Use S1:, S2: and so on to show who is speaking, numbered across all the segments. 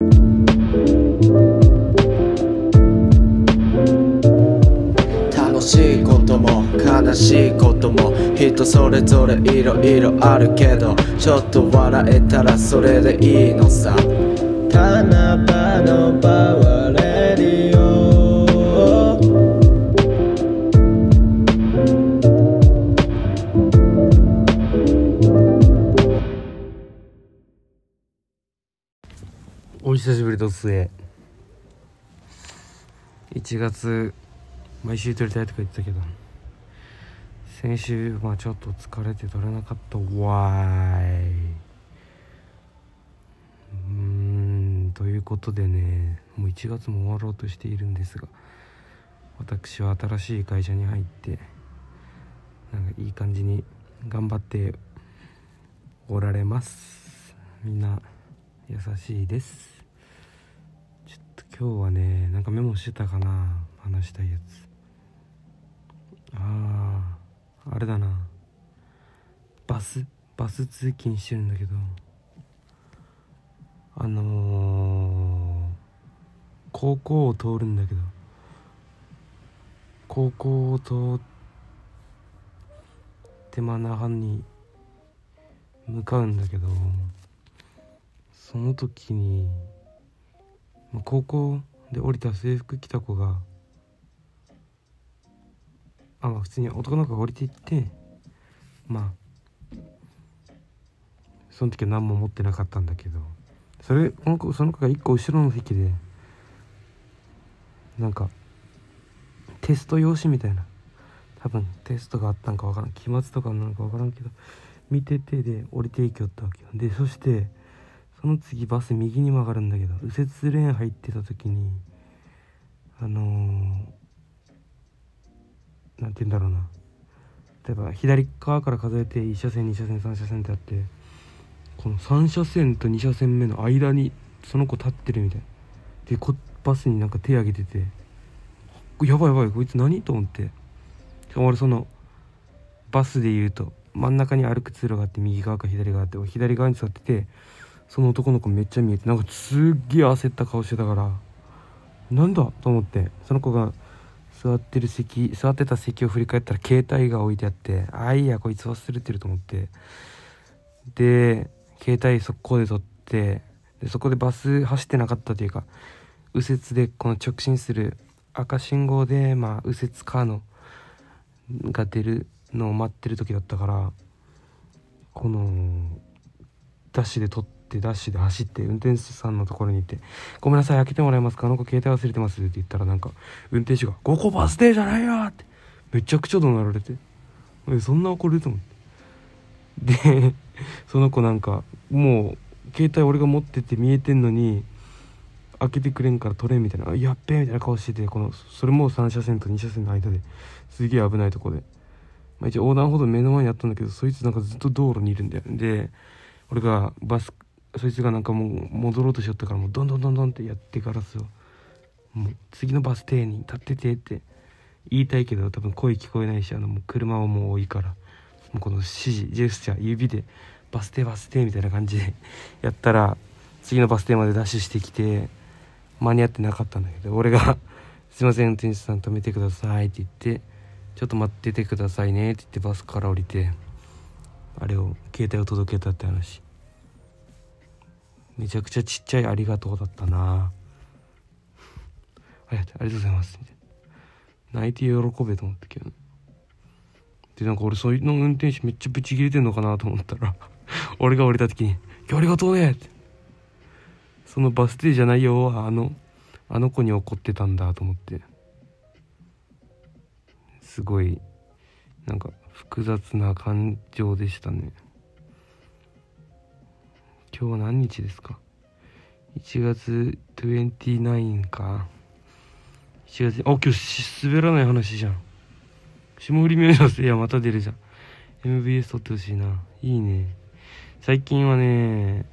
S1: 楽しいことも悲しいことも人それぞれいろいろあるけど、ちょっと笑えたらそれでいいのさ。七夕のパワーレディオ。
S2: お久しぶりです。1月毎週撮りたいとか言ってたけど、先週ちょっと疲れて撮れなかったわーい。ということでね、もう1月も終わろうとしているんですが、私は新しい会社に入ってなんかいい感じに頑張っておられます。みんな優しいです。ちょっと今日はね、なんかメモしてたかな、話したいやつ。あれだな、バス通勤してるんだけど、高校を通るんだけど、高校を通って那覇に向かうんだけど、その時に、高校で降りた制服着た子が普通に男の子が降りていって、その時は何も持ってなかったんだけど、その子が一個後ろの席でなんかテスト用紙みたいな、多分テストがあったんかわからん、期末とかなのかわからんけど見てて、で降りていきよったわけよ。でそしてその次バス右に曲がるんだけど、右折レーン入ってた時になんて言うんだろうな、例えば左側から数えて1車線2車線3車線ってあって、この3車線と2車線目の間にその子立ってるみたいで、バスになんか手挙げてて、やばいこいつ何と思って。しかも俺そのバスで言うと真ん中に歩く通路があって、右側か左側あって、左側に座ってて、その男の子めっちゃ見えて、なんかすっげえ焦った顔してたから、なんだと思って、その子が座ってた席を振り返ったら携帯が置いてあって、いやこいつ忘れてると思って、で携帯速攻で撮って、でそこでバス走ってなかったというか、右折でこの直進する赤信号で右折カーのが出るのを待ってる時だったから、このダッシュで撮って、ダッシュで走って運転手さんのところに行って、ごめんなさい開けてもらえますか、携帯忘れてますって言ったら、なんか運転手がここバス停じゃないよってめちゃくちゃ怒鳴られて、そんな怒ると思って、でその子なんかもう携帯俺が持ってて見えてんのに開けてくれんから取れんみたいな、やっべえみたいな顔してて、それも3車線と2車線の間ですげえ危ないとこで、一応横断歩道目の前にあったんだけど、そいつなんかずっと道路にいるんだよ。で俺がそいつがなんかもう戻ろうとしよったから、もうどんどんってやってガラスを、もう次のバス停に立っててって言いたいけど、多分声聞こえないし、もう車はもう多いから、もうこの指示ジェスチャー指でバス停みたいな感じでやったら、次のバス停までダッシュしてきて間に合ってなかったんだけど、俺がすいません運転手さん止めてくださいって言って、ちょっと待っててくださいねって言ってバスから降りて、携帯を届けたって話。めちゃくちゃちっちゃいありがとうだったな。ありがとうございますみたいな、泣いて喜べと思ったけどね。でなんか俺その運転手めっちゃブチ切れてんのかなと思ったら俺が降りた時に「今日ありがとうね」って、そのバス停じゃないよ、あの子に怒ってたんだと思って、すごいなんか複雑な感情でしたね。今日は何日ですか？1月29か。1月、今日滑らない話じゃん。霜降り明星いやまた出るじゃん。MBS 撮ってほしいな。いいね。最近はね、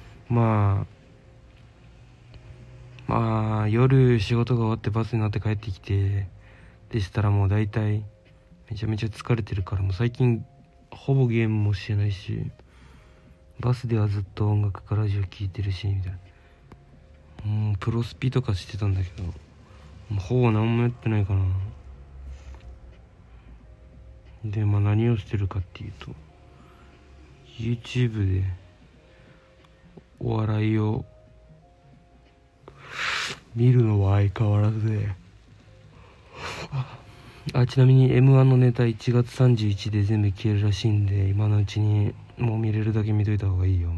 S2: 夜仕事が終わってバスに乗って帰ってきてでしたら、もう大体めちゃめちゃ疲れてるから、もう最近ほぼゲームもしてないし、バスではずっと音楽かラジオ聴いてるしみたいな。 プロスピとかしてたんだけど、もうほぼ何もやってないかな。で何をしてるかっていうと YouTube でお笑いを見るのは相変わらずで、ちなみに M1 のネタ1月31日で全部消えるらしいんで、今のうちにもう見れるだけ見といた方がいいよ。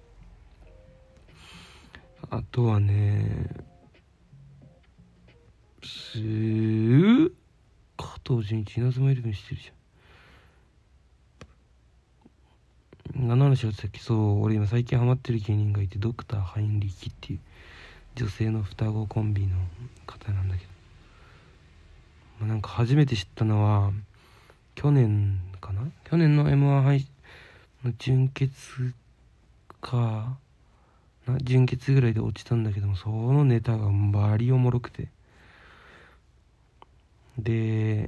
S2: あとはね、加藤純一稲妻イレブンしてるじゃん。何の話をさっき、そう俺今最近ハマってる芸人がいて、ドクターハインリヒっていう女性の双子コンビの方なんだけど、なんか初めて知ったのは去年かな、去年の M1 配の準決かな、準決ぐらいで落ちたんだけども、そのネタがバリおもろくて、で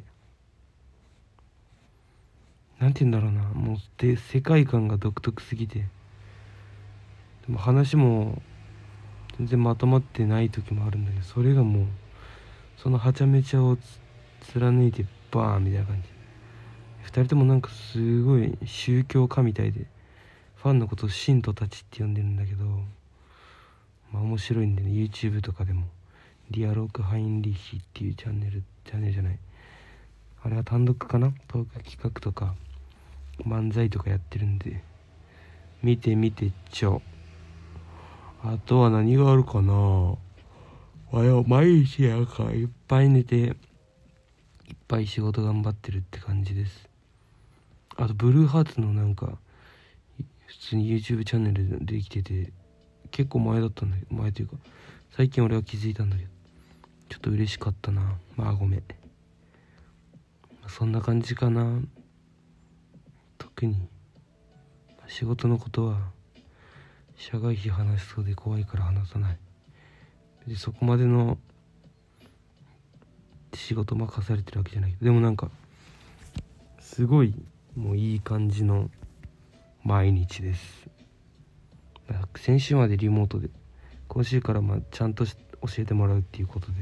S2: なんて言うんだろうな、もうで世界観が独特すぎて、でも話も全然まとまってない時もあるんだけど、それがもうそのはちゃめちゃを貫いてバーンみたいな感じ。二人ともなんかすごい宗教家みたいで、ファンのことを信徒たちって呼んでるんだけど、面白いんでね、 YouTube とかでもディアログハインリヒっていうチャンネルじゃない、あれは単独かな、トーク企画とか漫才とかやってるんで見てみてちょ。あとは何があるかな。毎日なんかいっぱい寝ていっぱい仕事頑張ってるって感じです。あとブルーハーツのなんか普通に YouTube チャンネルできてて、結構前だったんだけど、前というか最近俺は気づいたんだけど、ちょっと嬉しかったな。ごめん。そんな感じかな。特に仕事のことは社外費話しそうで怖いから話さない。でそこまでの仕事任されてるわけじゃないけど、でもなんかすごいもういい感じの毎日です。先週までリモートで、今週からちゃんと教えてもらうっていうことで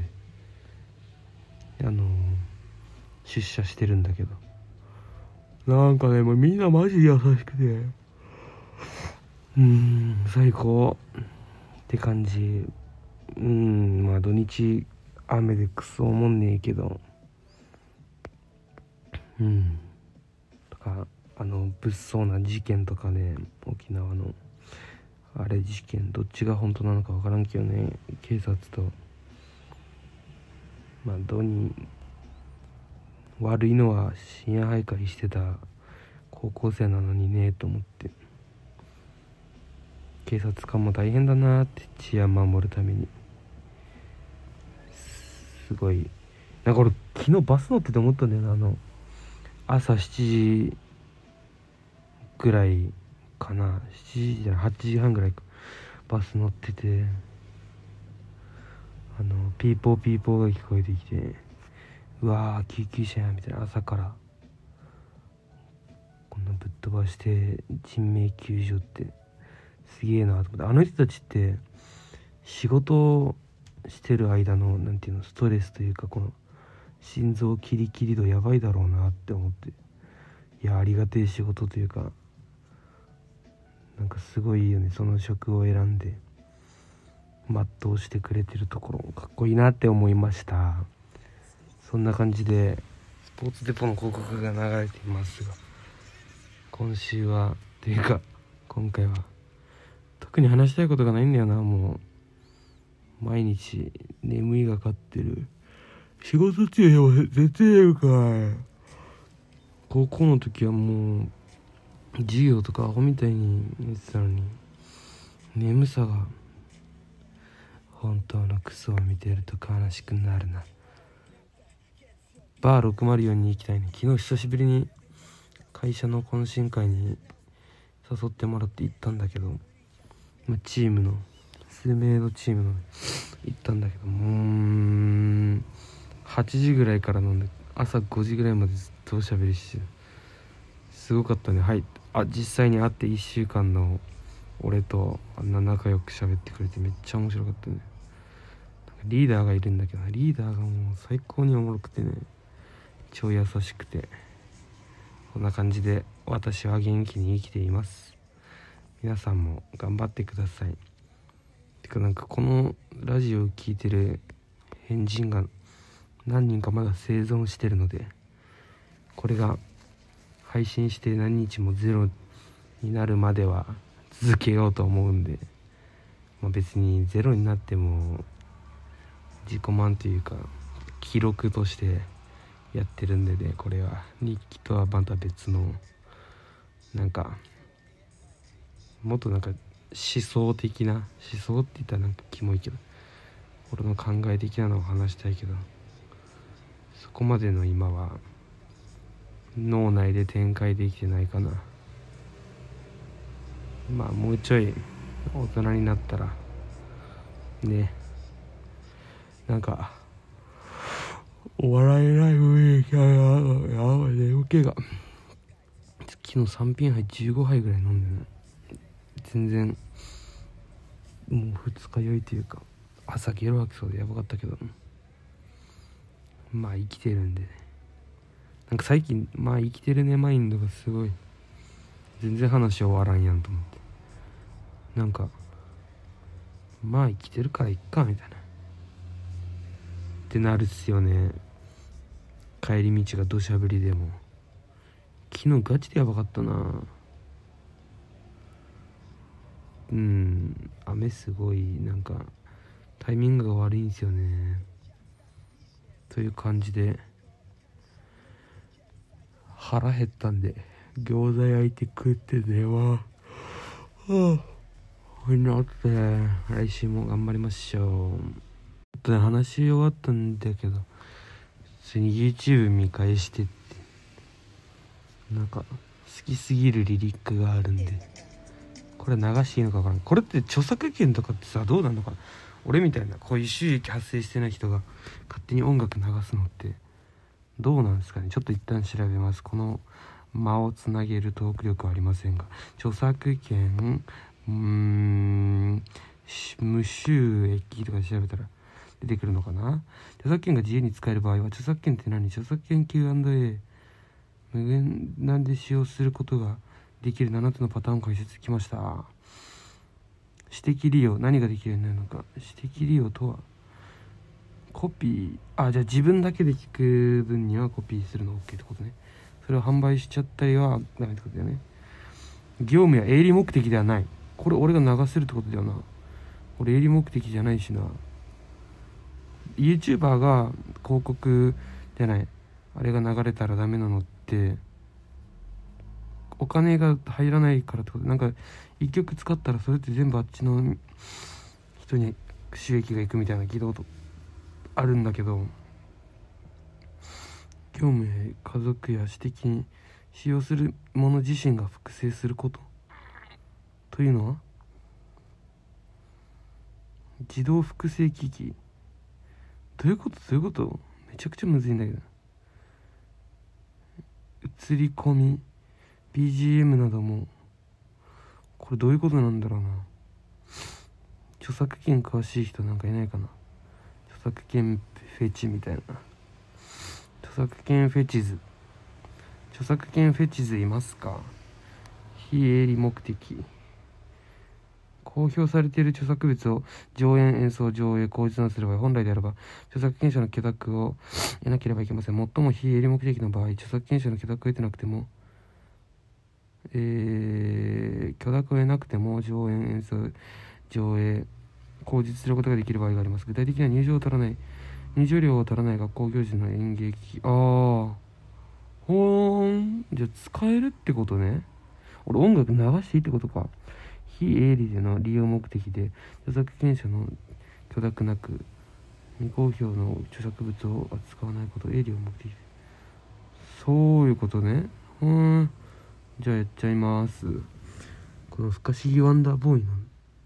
S2: 出社してるんだけど、なんかねもうみんなマジで優しくて最高って感じ。土日雨でクソおもんねえけど、とか物騒な事件とかね、沖縄のあれ事件、どっちが本当なのかわからんけどね、警察と悪いのは深夜徘徊してた高校生なのにねと思って、警察官も大変だなって、治安守るために。すごいなんか俺昨日バス乗ってて思ったんだよな。朝7時ぐらいかな、7時じゃない8時半ぐらいか、バス乗っててピーポーピーポーが聞こえてきて、うわー救急車やみたいな、朝からこんなぶっ飛ばして人命救助ってすげえなと思って、あの人たちって仕事してる間のなんていうの、ストレスというか、この心臓キリキリ度やばいだろうなって思って、いやありがてえ仕事というか、なんかすごいいいよね、その職を選んで全うしてくれてるところかっこいいなって思いました。そんな感じでスポーツデポの広告が流れていますが、今週はというか今回は特に話したいことがないんだよな。もう毎日眠いがかってる。仕事中でも絶対やるかい。高校の時はもう授業とかアホみたいに寝てたのに、眠さが本当のクソを見てると悲しくなるな。バー604に行きたいね。昨日久しぶりに会社の懇親会に誘ってもらって行ったんだけど、チームの数名のチームの行ったんだけど、8時ぐらいから飲んで朝5時ぐらいまでずっとおしゃべりして、すごかったね。実際に会って1週間の俺とあんな仲良く喋ってくれてめっちゃ面白かったね。 リーダーがいるんだけど、リーダーがもう最高におもろくてね、超優しくて、こんな感じで私は元気に生きています。皆さんも頑張ってください。てかなんかこのラジオを聞いてる変人が何人かまだ生存してるので、これが配信して何日もゼロになるまでは続けようと思うんで、別にゼロになっても自己満というか記録としてやってるんでね、これは日記とはまた別のなんかもっとなんか思想って言ったらなんかキモいけど、俺の考え的なのを話したいけど、そこまでの今は脳内で展開できてないかな。もうちょい大人になったらね、なんかお笑いライブやばいね、受けが昨日3品杯15杯ぐらい飲んでね、全然もう二日酔いというか朝ゲロ吐きそうでやばかったけど、生きてるんでね、なんか最近生きてるねマインドがすごい、全然話終わらんやんと思って、なんか生きてるからいっかみたいなってなるっすよね。帰り道が土砂降りでも、昨日ガチでやばかったな。雨すごいなんかタイミングが悪いんですよね。という感じで腹減ったんで餃子焼いて食って寝はほいなって、来週も頑張りましょう。話し終わったんだけど、普通に YouTube 見返してって、なんか好きすぎるリリックがあるんで、これ流していいのか分からん。これって著作権とかってさどうなんのかな。俺みたいなこういう収益発生してない人が勝手に音楽流すのってどうなんですかね。ちょっと一旦調べます。この間をつなげるトーク力はありませんが、著作権無収益とか調べたら出てくるのかな。著作権が自由に使える場合は、著作権って何、著作権 Q&A、 無限なんで使用することができる7つのパターンを解説きました。私的利用、何ができるようになるのか。私的利用とはコピー、じゃあ自分だけで聞く分にはコピーするの OK ってことね。それを販売しちゃったりはダメってことだよね。業務や営利目的ではない。これ俺が流せるってことだよな。俺営利目的じゃないしな。 YouTuber が広告じゃない、あれが流れたらダメなのってお金が入らないからってこと。なんか一曲使ったらそれって全部あっちの人に収益がいくみたいな聞いたことあるんだけど、業務や家族や私的に使用する者自身が複製することというのは自動複製機器。どういうこと、めちゃくちゃむずいんだけど。映り込み BGM なども、これどういうことなんだろうな。著作権詳しい人なんかいないかな。著作権フェチみたいな。著作権フェチズいますか。非営利目的。公表されている著作物を上演、演奏、上映、口実などすれば、本来であれば著作権者の許諾を得なければいけません。最も非営利目的の場合、著作権者の許諾を得てなくても、許諾を得なくても上演、演奏、上映、口実することができる場合があります。具体的には入場料を取らない学校行事の演劇。じゃあ使えるってことね。俺音楽流していいってことか。非営利での利用目的で著作権者の許諾なく未公表の著作物を扱わないこと、営利を目的で。そういうことね。じゃあやっちゃいます。この不可思議ワンダーボーイの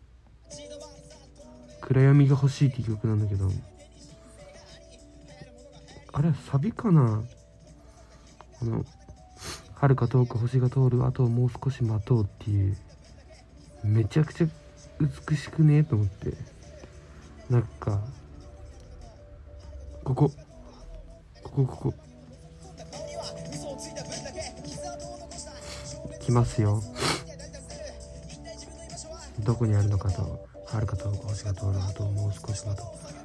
S2: 暗闇が欲しいって曲なんだけど、あれはサビかな。遥か遠く星が通る後をもう少し待とうっていう、めちゃくちゃ美しくねえと思って、なんかここ来ますよ。どこにあるのかと、あるかと星が通るあともう少しだと、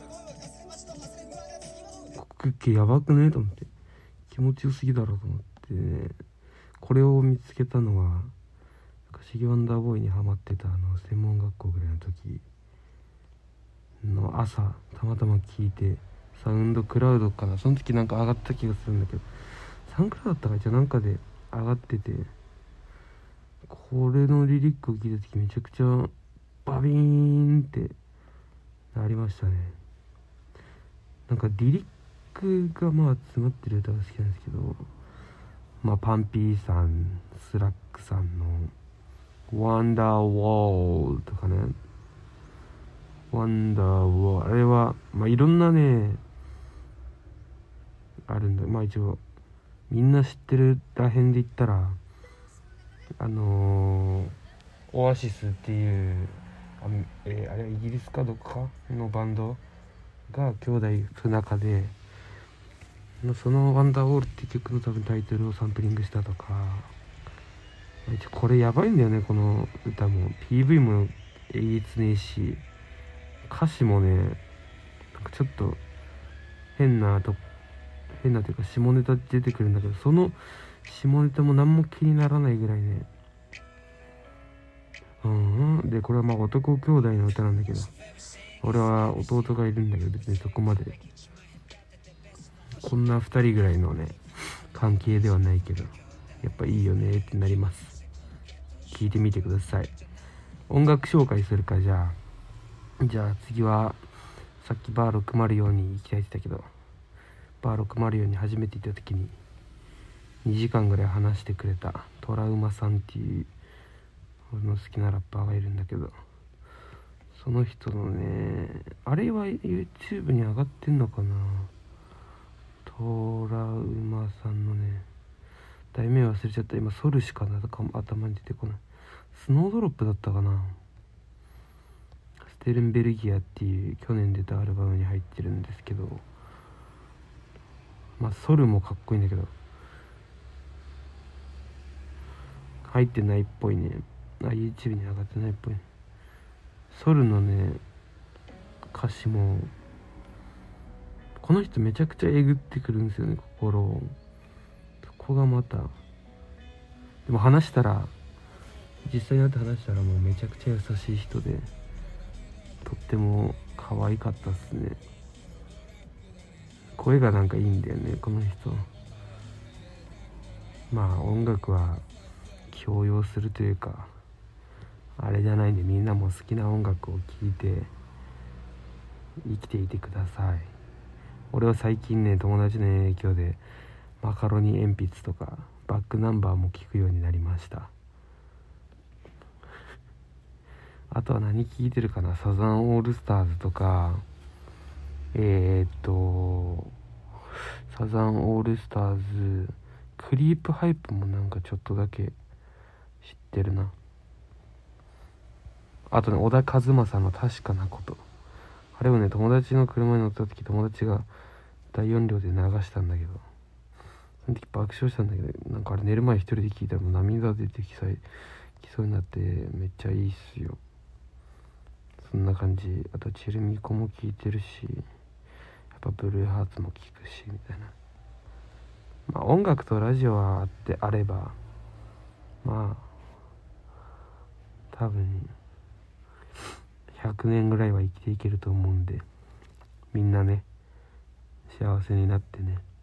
S2: クッキーやばくねと思って、気持ちよすぎだろうと思ってね、これを見つけたのはシギワンダーボーイにハマってた専門学校ぐらいの時の朝、たまたま聞いて、サウンドクラウドかな、その時なんか上がった気がするんだけど、サンクラだったかじゃなんかで上がってて、これのリリックを聞いた時めちゃくちゃバビーンってなりましたね。なんかリリックがまあ詰まってる歌が好きなんですけど、まあパンピーさん、スラックさんのワンダーウォールとかね、ワンダーウォール、あれはまあいろんなねあるんだ。まあ一応みんな知ってるらへんで言ったらオアシスっていうあれはイギリスかどっかのバンドが兄弟不仲で、そのワンダーウォールって曲の多分タイトルをサンプリングしたとか、一応これやばいんだよね、この歌も PV もえげつねえし、歌詞もねなんかちょっと変なというか下ネタ出てくるんだけど、その下ネタも何も気にならないぐらいね。でこれはまあ男兄弟の歌なんだけど、俺は弟がいるんだけど別にそこまでこんな2人ぐらいのね関係ではないけど、やっぱいいよねってなります。聞いてみてください。音楽紹介するか。じゃあ次はさっきバー604に行きたいって言ったけど、バー604に初めて行った時に2時間ぐらい話してくれたトラウマさんっていう俺の好きなラッパーがいるんだけど、その人のね、あれは YouTube に上がってんのかな、トラウマさんのね題名忘れちゃった。今ソルしかなか頭に出てこない。スノードロップだったかな。ステルンベルギアっていう去年出たアルバムに入ってるんですけど、まあソルもかっこいいんだけど入ってないっぽいね。YouTube に上がってないっぽい。ソルのね歌詞もこの人めちゃくちゃえぐってくるんですよね、心を。そこがまたでも話したら、実際に会って話したらもうめちゃくちゃ優しい人で、とっても可愛かったっすね。声がなんかいいんだよねこの人。まあ音楽は強要するというかあれじゃないんで、みんなも好きな音楽を聴いて生きていてください。俺は最近ね友達の影響でマカロニ鉛筆とかバックナンバーも聴くようになりました。あとは何聴いてるかな、サザンオールスターズとかサザンオールスターズ、クリープハイプもなんかちょっとだけ知ってるな。あとね小田和正の確かなこと、あれをね友達の車に乗った時友達が大音量で流したんだけど、その時爆笑したんだけど、なんかあれ寝る前一人で聞いたらもう涙出てきそうになってめっちゃいいっすよ。そんな感じ。あとチェルミコも聞いてるし、やっぱブルーハーツも聞くしみたいな。まあ音楽とラジオはあればまあ多分100年ぐらいは生きていけると思うんで、みんなね幸せになってね。